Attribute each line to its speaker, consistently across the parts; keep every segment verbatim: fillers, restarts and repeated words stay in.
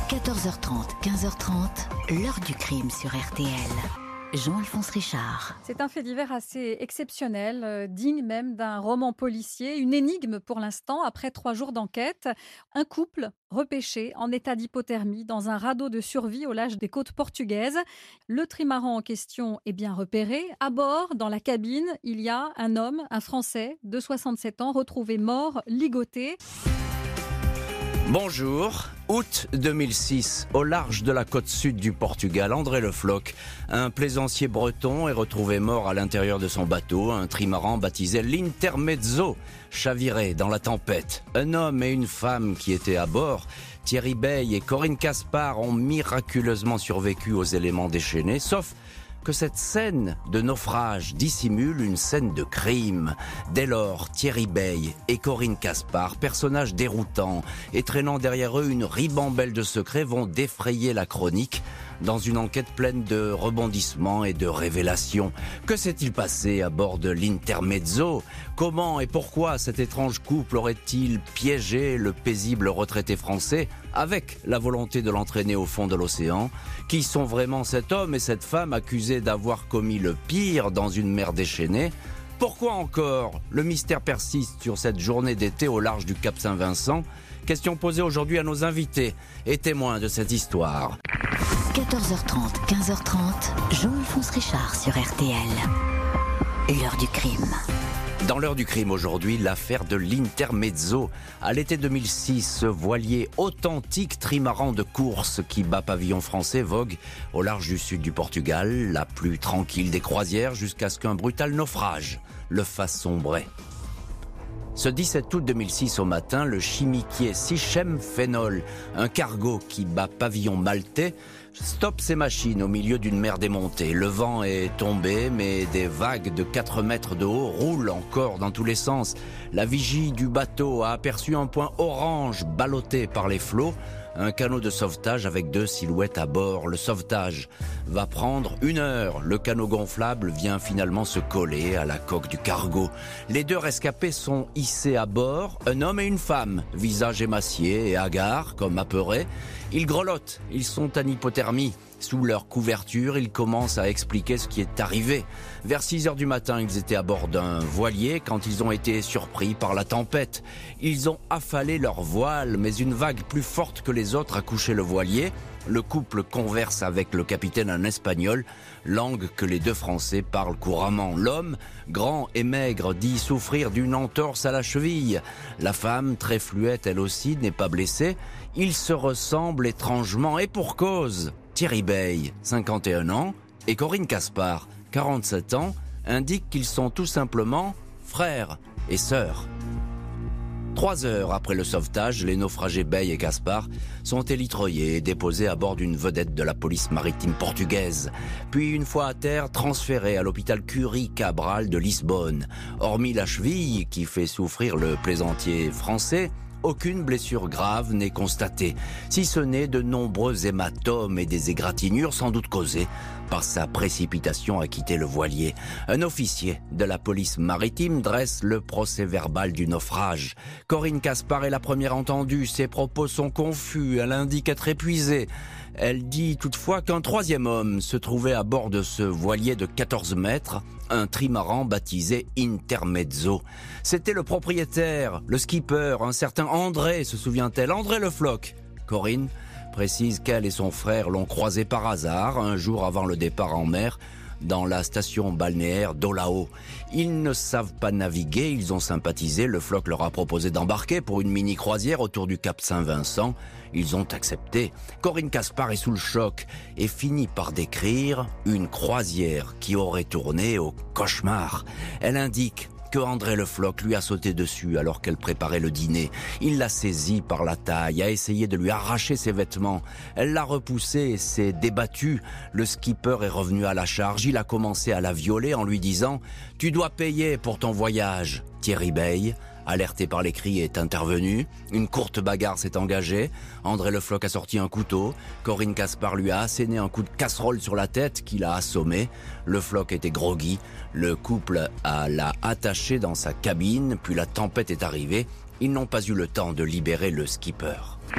Speaker 1: quatorze heures trente, quinze heures trente, l'heure du crime sur R T L. Jean-Alphonse Richard.
Speaker 2: C'est un fait divers assez exceptionnel, euh, digne même d'un roman policier, une énigme pour l'instant, après trois jours d'enquête. Un couple repêché en état d'hypothermie dans un radeau de survie au large des côtes portugaises. Le trimaran en question est bien repéré. À bord, dans la cabine, il y a un homme, un Français de soixante-sept ans, retrouvé mort, ligoté.
Speaker 3: Bonjour. Août deux mille six, au large de la côte sud du Portugal, André Le Floch, un plaisancier breton, est retrouvé mort à l'intérieur de son bateau, un trimaran baptisé l'Intermezzo, chaviré dans la tempête. Un homme et une femme qui étaient à bord, Thierry Bey et Corinne Caspar, ont miraculeusement survécu aux éléments déchaînés, sauf que cette scène de naufrage dissimule une scène de crime. Dès lors, Thierry Bey et Corinne Caspar, personnages déroutants et traînant derrière eux une ribambelle de secrets, vont défrayer la chronique dans une enquête pleine de rebondissements et de révélations. Que s'est-il passé à bord de l'Intermezzo ? Comment et pourquoi cet étrange couple aurait-il piégé le paisible retraité français avec la volonté de l'entraîner au fond de l'océan ? Qui sont vraiment cet homme et cette femme accusés d'avoir commis le pire dans une mer déchaînée ? Pourquoi encore le mystère persiste sur cette journée d'été au large du Cap Saint-Vincent ? Question posée aujourd'hui à nos invités et témoins de cette histoire.
Speaker 1: quatorze heures trente, quinze heures trente, Jean-Alphonse Richard sur R T L. L'heure du crime.
Speaker 3: Dans l'heure du crime aujourd'hui, l'affaire de l'Intermezzo. À l'été deux mille six, ce voilier authentique trimaran de course qui bat pavillon français vogue au large du sud du Portugal, la plus tranquille des croisières, jusqu'à ce qu'un brutal naufrage le fasse sombrer. Ce dix-sept août deux mille six au matin, le chimiquier Sichem Phénol, un cargo qui bat pavillon maltais, stoppe ses machines au milieu d'une mer démontée. Le vent est tombé, mais des vagues de quatre mètres de haut roulent encore dans tous les sens. La vigie du bateau a aperçu un point orange ballotté par les flots. Un canot de sauvetage avec deux silhouettes à bord. Le sauvetage va prendre une heure. Le canot gonflable vient finalement se coller à la coque du cargo. Les deux rescapés sont hissés à bord, un homme et une femme, visage émacié et hagard, comme apeurés. Ils grelottent, ils sont en hypothermie. Sous leur couverture, ils commencent à expliquer ce qui est arrivé. Vers six heures du matin, ils étaient à bord d'un voilier quand ils ont été surpris par la tempête. Ils ont affalé leur voile, mais une vague plus forte que les autres a couché le voilier. Le couple converse avec le capitaine en espagnol, langue que les deux Français parlent couramment. L'homme, grand et maigre, dit souffrir d'une entorse à la cheville. La femme, très fluette elle aussi, n'est pas blessée. Ils se ressemblent étrangement, et pour cause. Thierry Bey, cinquante et un ans, et Corinne Caspar, quarante-sept ans, indiquent qu'ils sont tout simplement frères et sœurs. Trois heures après le sauvetage, les naufragés Bey et Caspar sont élitreillés et déposés à bord d'une vedette de la police maritime portugaise. Puis, une fois à terre, transférés à l'hôpital Curie Cabral de Lisbonne. Hormis la cheville qui fait souffrir le plaisantier français, aucune blessure grave n'est constatée, si ce n'est de nombreux hématomes et des égratignures sans doute causées par sa précipitation à quitter le voilier. Un officier de la police maritime dresse le procès-verbal du naufrage. Corinne Caspar est la première entendue, ses propos sont confus, elle indique être épuisée. Elle dit toutefois qu'un troisième homme se trouvait à bord de ce voilier de quatorze mètres, un trimaran baptisé Intermezzo. C'était le propriétaire, le skipper, un certain André, se souvient-elle, André Le Floch. Corinne précise qu'elle et son frère l'ont croisé par hasard, un jour avant le départ en mer, dans la station balnéaire d'Olao. Ils ne savent pas naviguer, ils ont sympathisé, Le Floch leur a proposé d'embarquer pour une mini-croisière autour du Cap Saint-Vincent. Ils ont accepté. Corinne Caspar est sous le choc et finit par décrire une croisière qui aurait tourné au cauchemar. Elle indique que André Le Floch lui a sauté dessus alors qu'elle préparait le dîner. Il l'a saisie par la taille, a essayé de lui arracher ses vêtements. Elle l'a repoussé et s'est débattue. Le skipper est revenu à la charge. Il a commencé à la violer en lui disant « Tu dois payer pour ton voyage ». Thierry Bey, alerté par les cris, est intervenu. Une courte bagarre s'est engagée. André Le Floch a sorti un couteau. Corinne Caspar lui a asséné un coup de casserole sur la tête qui l'a assommé. Le Floch était groggy. Le couple a l'a attaché dans sa cabine, puis la tempête est arrivée. Ils n'ont pas eu le temps de libérer le skipper.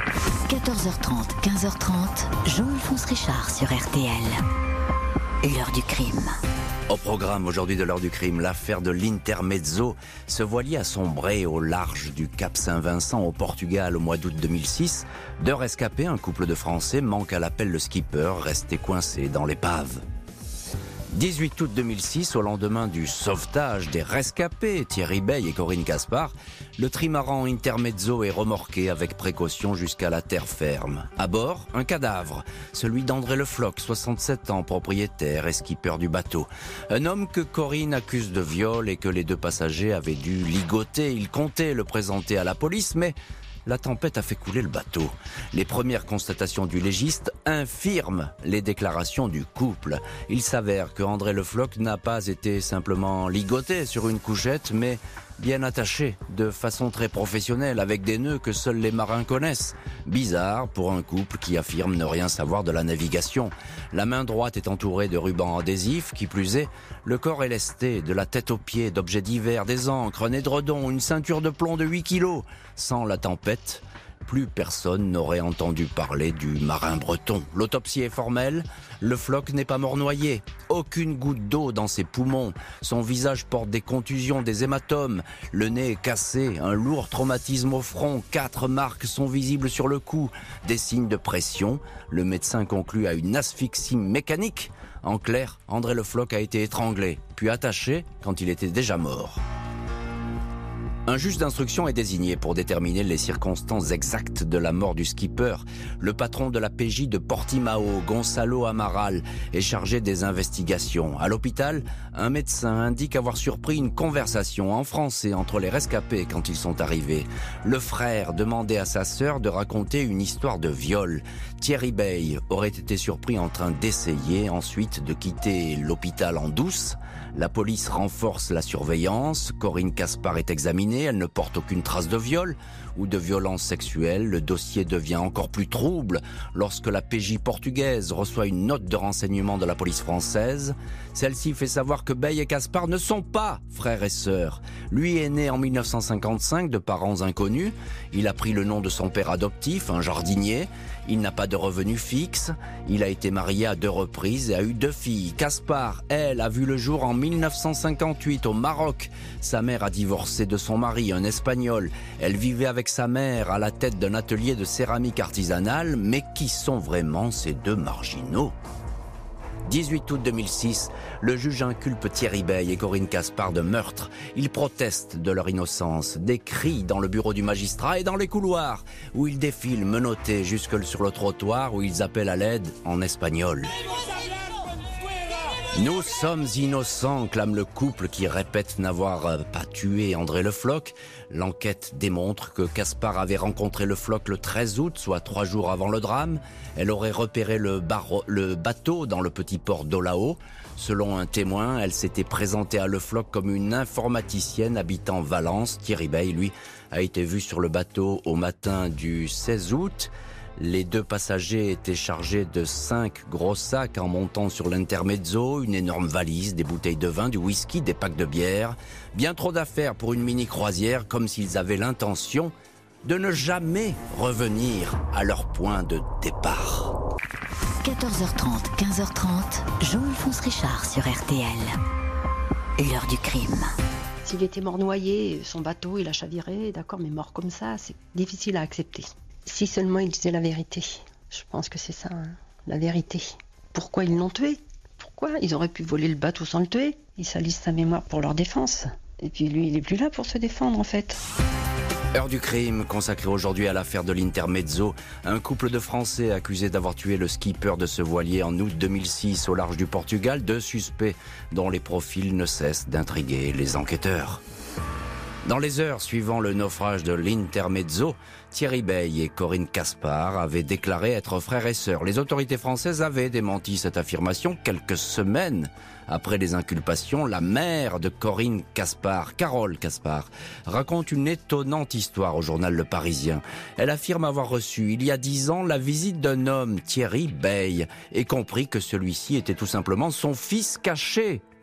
Speaker 1: quatorze heures trente, quinze heures trente, Jean-Alphonse Richard sur R T L. L'heure du crime.
Speaker 3: Au programme aujourd'hui de l'heure du crime, l'affaire de l'Intermezzo. Ce voilier a sombré au large du Cap Saint-Vincent au Portugal au mois d'août deux mille six. Deux rescapés, un couple de Français, manque à l'appel le skipper, resté coincé dans l'épave. dix-huit août deux mille six, au lendemain du sauvetage des rescapés, Thierry Bey et Corinne Caspar, le trimaran Intermezzo est remorqué avec précaution jusqu'à la terre ferme. À bord, un cadavre, celui d'André Le Floch, soixante-sept ans, propriétaire et skipper du bateau. Un homme que Corinne accuse de viol et que les deux passagers avaient dû ligoter. Ils comptaient le présenter à la police, mais la tempête a fait couler le bateau. Les premières constatations du légiste infirment les déclarations du couple. Il s'avère que André Le Floch n'a pas été simplement ligoté sur une couchette, mais bien attaché, de façon très professionnelle, avec des nœuds que seuls les marins connaissent. Bizarre pour un couple qui affirme ne rien savoir de la navigation. La main droite est entourée de rubans adhésifs, qui plus est, le corps est lesté, de la tête aux pieds, d'objets divers, des ancres, un édredon, une ceinture de plomb de huit kilos. Sans la tempête, plus personne n'aurait entendu parler du marin breton. L'autopsie est formelle, Le Floch n'est pas mort noyé. Aucune goutte d'eau dans ses poumons. Son visage porte des contusions, des hématomes. Le nez est cassé, un lourd traumatisme au front. Quatre marques sont visibles sur le cou. Des signes de pression. Le médecin conclut à une asphyxie mécanique. En clair, André Le Floch a été étranglé, puis attaché quand il était déjà mort. Un juge d'instruction est désigné pour déterminer les circonstances exactes de la mort du skipper. Le patron de la P J de Portimao, Gonçalo Amaral, est chargé des investigations. À l'hôpital, un médecin indique avoir surpris une conversation en français entre les rescapés quand ils sont arrivés. Le frère demandait à sa sœur de raconter une histoire de viol. Thierry Bey aurait été surpris en train d'essayer ensuite de quitter l'hôpital en douce. La police renforce la surveillance. Corinne Caspar est examinée. Elle ne porte aucune trace de viol ou de violence sexuelle. Le dossier devient encore plus trouble lorsque la P J portugaise reçoit une note de renseignement de la police française. Celle-ci fait savoir que Bey et Caspar ne sont pas frères et sœurs. Lui est né en mille neuf cent cinquante-cinq de parents inconnus. Il a pris le nom de son père adoptif, un jardinier. Il n'a pas de revenu fixe. Il a été marié à deux reprises et a eu deux filles. Caspar, elle, a vu le jour en mille neuf cent cinquante-huit au Maroc. Sa mère a divorcé de son mari, un Espagnol. Elle vivait avec sa mère à la tête d'un atelier de céramique artisanale. Mais qui sont vraiment ces deux marginaux ? dix-huit août deux mille six, le juge inculpe Thierry Bey et Corinne Caspar de meurtre. Ils protestent de leur innocence. Des cris dans le bureau du magistrat et dans les couloirs, où ils défilent menottés jusque sur le trottoir, où ils appellent à l'aide en espagnol. Nous sommes innocents, clame le couple qui répète n'avoir pas tué André Le Floch. L'enquête démontre que Caspar avait rencontré Le Floch le treize août, soit trois jours avant le drame. Elle aurait repéré le, bar- le bateau dans le petit port d'Olao. Selon un témoin, elle s'était présentée à Le Floch comme une informaticienne habitant Valence. Thierry Bey, lui, a été vu sur le bateau au matin du seize août. Les deux passagers étaient chargés de cinq gros sacs en montant sur l'Intermezzo, une énorme valise, des bouteilles de vin, du whisky, des packs de bière. Bien trop d'affaires pour une mini-croisière, comme s'ils avaient l'intention de ne jamais revenir à leur point de départ.
Speaker 1: quatorze heures trente, quinze heures trente, Jean-Alphonse Richard sur R T L. L'heure du crime.
Speaker 4: S'il était mort noyé, son bateau, il a chaviré, d'accord, mais mort comme ça, c'est difficile à accepter. Si seulement il disait la vérité. Je pense que c'est ça, hein, la vérité. Pourquoi ils l'ont tué ? Pourquoi ? Ils auraient pu voler le bateau sans le tuer. Ils salissent sa mémoire pour leur défense. Et puis lui, il est plus là pour se défendre, en fait.
Speaker 3: Heure du crime, consacrée aujourd'hui à l'affaire de l'Intermezzo. Un couple de Français accusés d'avoir tué le skipper de ce voilier en août deux mille six au large du Portugal. Deux suspects dont les profils ne cessent d'intriguer les enquêteurs. Dans les heures suivant le naufrage de l'Intermezzo, Thierry Bey et Corinne Caspar avaient déclaré être frères et sœurs. Les autorités françaises avaient démenti cette affirmation quelques semaines après les inculpations. La mère de Corinne Caspar, Carole Caspar, raconte une étonnante histoire au journal Le Parisien. Elle affirme avoir reçu, il y a dix ans, la visite d'un homme, Thierry Bey, et compris que celui-ci était tout simplement son fils caché.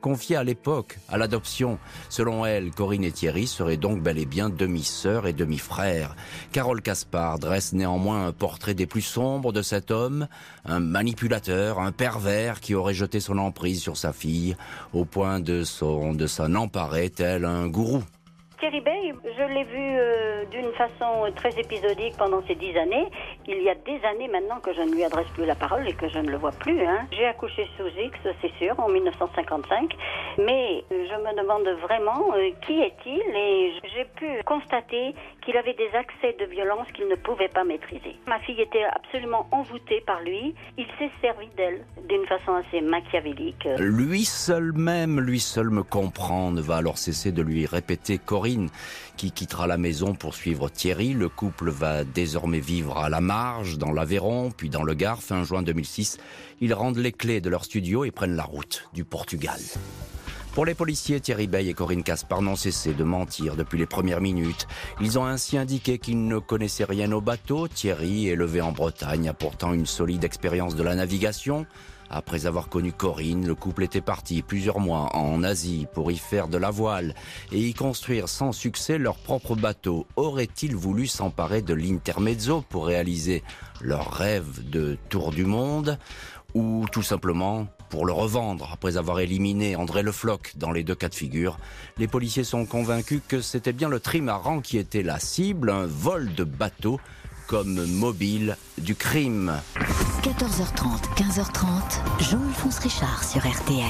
Speaker 3: confiée à l'époque à l'adoption. Selon elle, Corinne et Thierry seraient donc bel et bien demi-sœurs et demi-frères. Carole Caspar dresse néanmoins un portrait des plus sombres de cet homme, un manipulateur, un pervers qui aurait jeté son emprise sur sa fille au point de, son, de s'en emparer tel un gourou.
Speaker 5: Thierry Bey, je l'ai vu euh, d'une façon très épisodique pendant ces dix années. Il y a des années maintenant que je ne lui adresse plus la parole et que je ne le vois plus. Hein. J'ai accouché sous X, c'est sûr, en mille neuf cent cinquante-cinq. Mais je me demande vraiment euh, qui est-il, et j'ai pu constater qu'il avait des accès de violence qu'il ne pouvait pas maîtriser. Ma fille était absolument envoûtée par lui. Il s'est servi d'elle d'une façon assez machiavélique.
Speaker 3: Lui seul même, lui seul me comprend, ne va alors cesser de lui répéter Corinne, qui quittera la maison pour suivre Thierry. Le couple va désormais vivre à la marge, dans l'Aveyron, puis dans le Gard. Fin juin deux mille six, ils rendent les clés de leur studio et prennent la route du Portugal. Pour les policiers, Thierry Bey et Corinne Caspar n'ont cessé de mentir depuis les premières minutes. Ils ont ainsi indiqué qu'ils ne connaissaient rien au bateau. Thierry, élevé en Bretagne, a pourtant une solide expérience de la navigation. Après avoir connu Corinne, le couple était parti plusieurs mois en Asie pour y faire de la voile et y construire sans succès leur propre bateau. Auraient-ils voulu s'emparer de l'Intermezzo pour réaliser leur rêve de tour du monde, ou tout simplement pour le revendre après avoir éliminé André Le Floch? Dans les deux cas de figure, les policiers sont convaincus que c'était bien le trimaran qui était la cible, un vol de bateau comme mobile du crime.
Speaker 1: quatorze heures trente, quinze heures trente, Jean-Alphonse Richard sur R T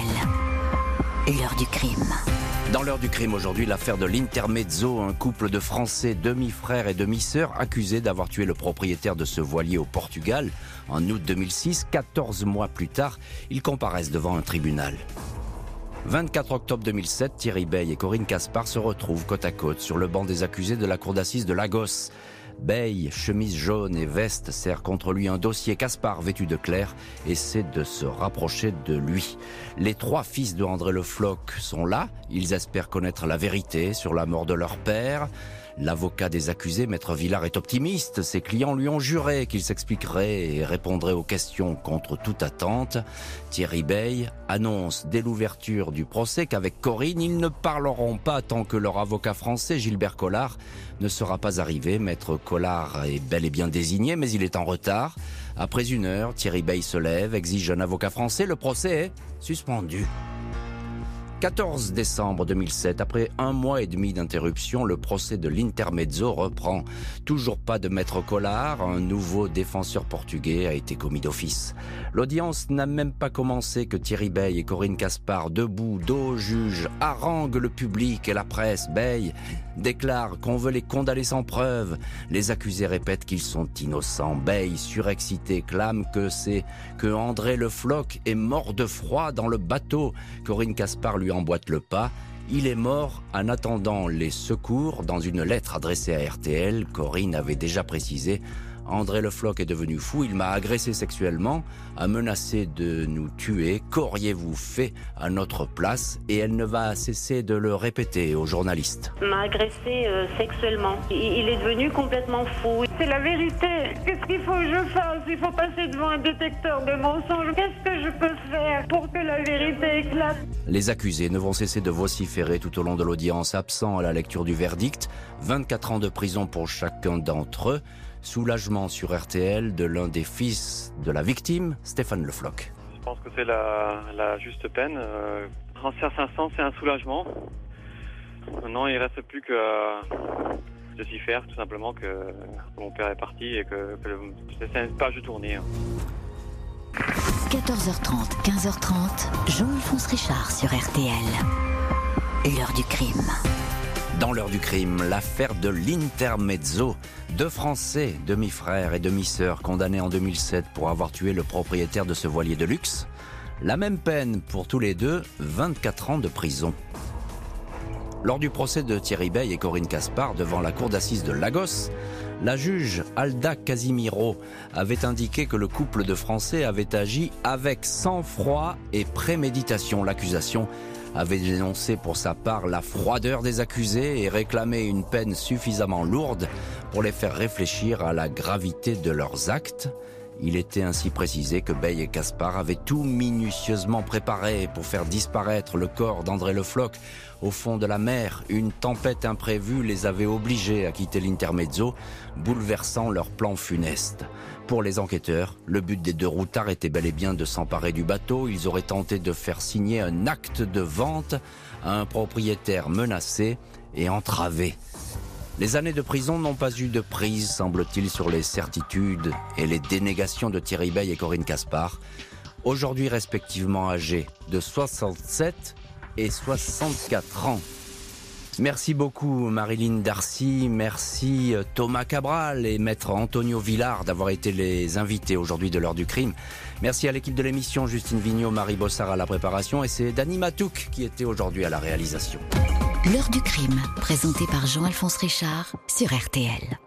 Speaker 1: L. L'heure du crime.
Speaker 3: Dans l'heure du crime aujourd'hui, l'affaire de l'Intermezzo, un couple de Français demi-frères et demi-sœurs accusés d'avoir tué le propriétaire de ce voilier au Portugal en août deux mille six. quatorze mois plus tard, ils comparaissent devant un tribunal. vingt-quatre octobre deux mille sept, Thierry Bey et Corinne Caspar se retrouvent côte à côte sur le banc des accusés de la cour d'assises de Lagos. Bey, chemise jaune et veste, serre contre lui un dossier. Caspar, vêtu de clair, essaie de se rapprocher de lui. Les trois fils de André Le Floch sont là. Ils espèrent connaître la vérité sur la mort de leur père. L'avocat des accusés, Maître Villard, est optimiste. Ses clients lui ont juré qu'il s'expliquerait et répondrait aux questions contre toute attente. Thierry Bey annonce dès l'ouverture du procès qu'avec Corinne, ils ne parleront pas tant que leur avocat français, Gilbert Collard, ne sera pas arrivé. Maître Collard est bel et bien désigné, mais il est en retard. Après une heure, Thierry Bey se lève, exige un avocat français. Le procès est suspendu. quatorze décembre deux mille sept, après un mois et demi d'interruption, le procès de l'Intermezzo reprend. Toujours pas de Maître Collard, un nouveau défenseur portugais a été commis d'office. L'audience n'a même pas commencé que Thierry Bey et Corinne Caspar, debout, dos au juge, haranguent le public et la presse. Bey déclare qu'on veut les condamner sans preuve. Les accusés répètent qu'ils sont innocents. Bey, surexcité, clame que c'est que André Le Floch est mort de froid dans le bateau. Corinne Caspar lui emboîte le pas. Il est mort en attendant les secours. Dans une lettre adressée à R T L, Corinne avait déjà précisé: André Le Floch est devenu fou, il m'a agressé sexuellement, a menacé de nous tuer. Qu'auriez-vous fait à notre place? Et elle ne va cesser de le répéter aux journalistes.
Speaker 5: Il m'a agressé euh, sexuellement. Il, il est devenu complètement fou.
Speaker 6: C'est la vérité. Qu'est-ce qu'il faut que je fasse? Il faut passer devant un détecteur de mensonges. Qu'est-ce que je peux faire pour que la vérité éclate?
Speaker 3: Les accusés ne vont cesser de vociférer tout au long de l'audience, absents à la lecture du verdict. vingt-quatre ans de prison pour chacun d'entre eux. Soulagement sur R T L de l'un des fils de la victime, Stéphane Le Floch.
Speaker 7: Je pense que c'est la, la juste peine. Euh, en certain sens, c'est un soulagement. Maintenant, il ne reste plus que de s'y faire, tout simplement, que mon père est parti et que, que le, c'est une page tournée.
Speaker 1: quatorze heures trente, quinze heures trente, Jean-Alphonse Richard sur R T L. L'heure du crime.
Speaker 3: Dans l'heure du crime, l'affaire de l'Intermezzo. Deux Français, demi-frères et demi-sœurs, condamnés en deux mille sept pour avoir tué le propriétaire de ce voilier de luxe. La même peine pour tous les deux, vingt-quatre ans de prison. Lors du procès de Thierry Bey et Corinne Caspar devant la cour d'assises de Lagos, la juge Alda Casimiro avait indiqué que le couple de Français avait agi avec sang-froid et préméditation. L'accusation avait dénoncé pour sa part la froideur des accusés et réclamé une peine suffisamment lourde pour les faire réfléchir à la gravité de leurs actes. Il était ainsi précisé que Bey et Caspar avaient tout minutieusement préparé pour faire disparaître le corps d'André Le Floch au fond de la mer. Une tempête imprévue les avait obligés à quitter l'Intermezzo, bouleversant leur plan funeste. Pour les enquêteurs, le but des deux routards était bel et bien de s'emparer du bateau. Ils auraient tenté de faire signer un acte de vente à un propriétaire menacé et entravé. Les années de prison n'ont pas eu de prise, semble-t-il, sur les certitudes et les dénégations de Thierry Bey et Corinne Caspar, aujourd'hui respectivement âgés de soixante-sept et soixante-quatre ans. Merci beaucoup Marilyn Darcy, merci Thomas Cabral et maître Antonio Villar d'avoir été les invités aujourd'hui de l'heure du crime. Merci à l'équipe de l'émission, Justine Vignot, Marie Bossard à la préparation et c'est Dany Matouk qui était aujourd'hui à la réalisation.
Speaker 1: L'heure du crime, présentée par Jean-Alphonse Richard sur R T L.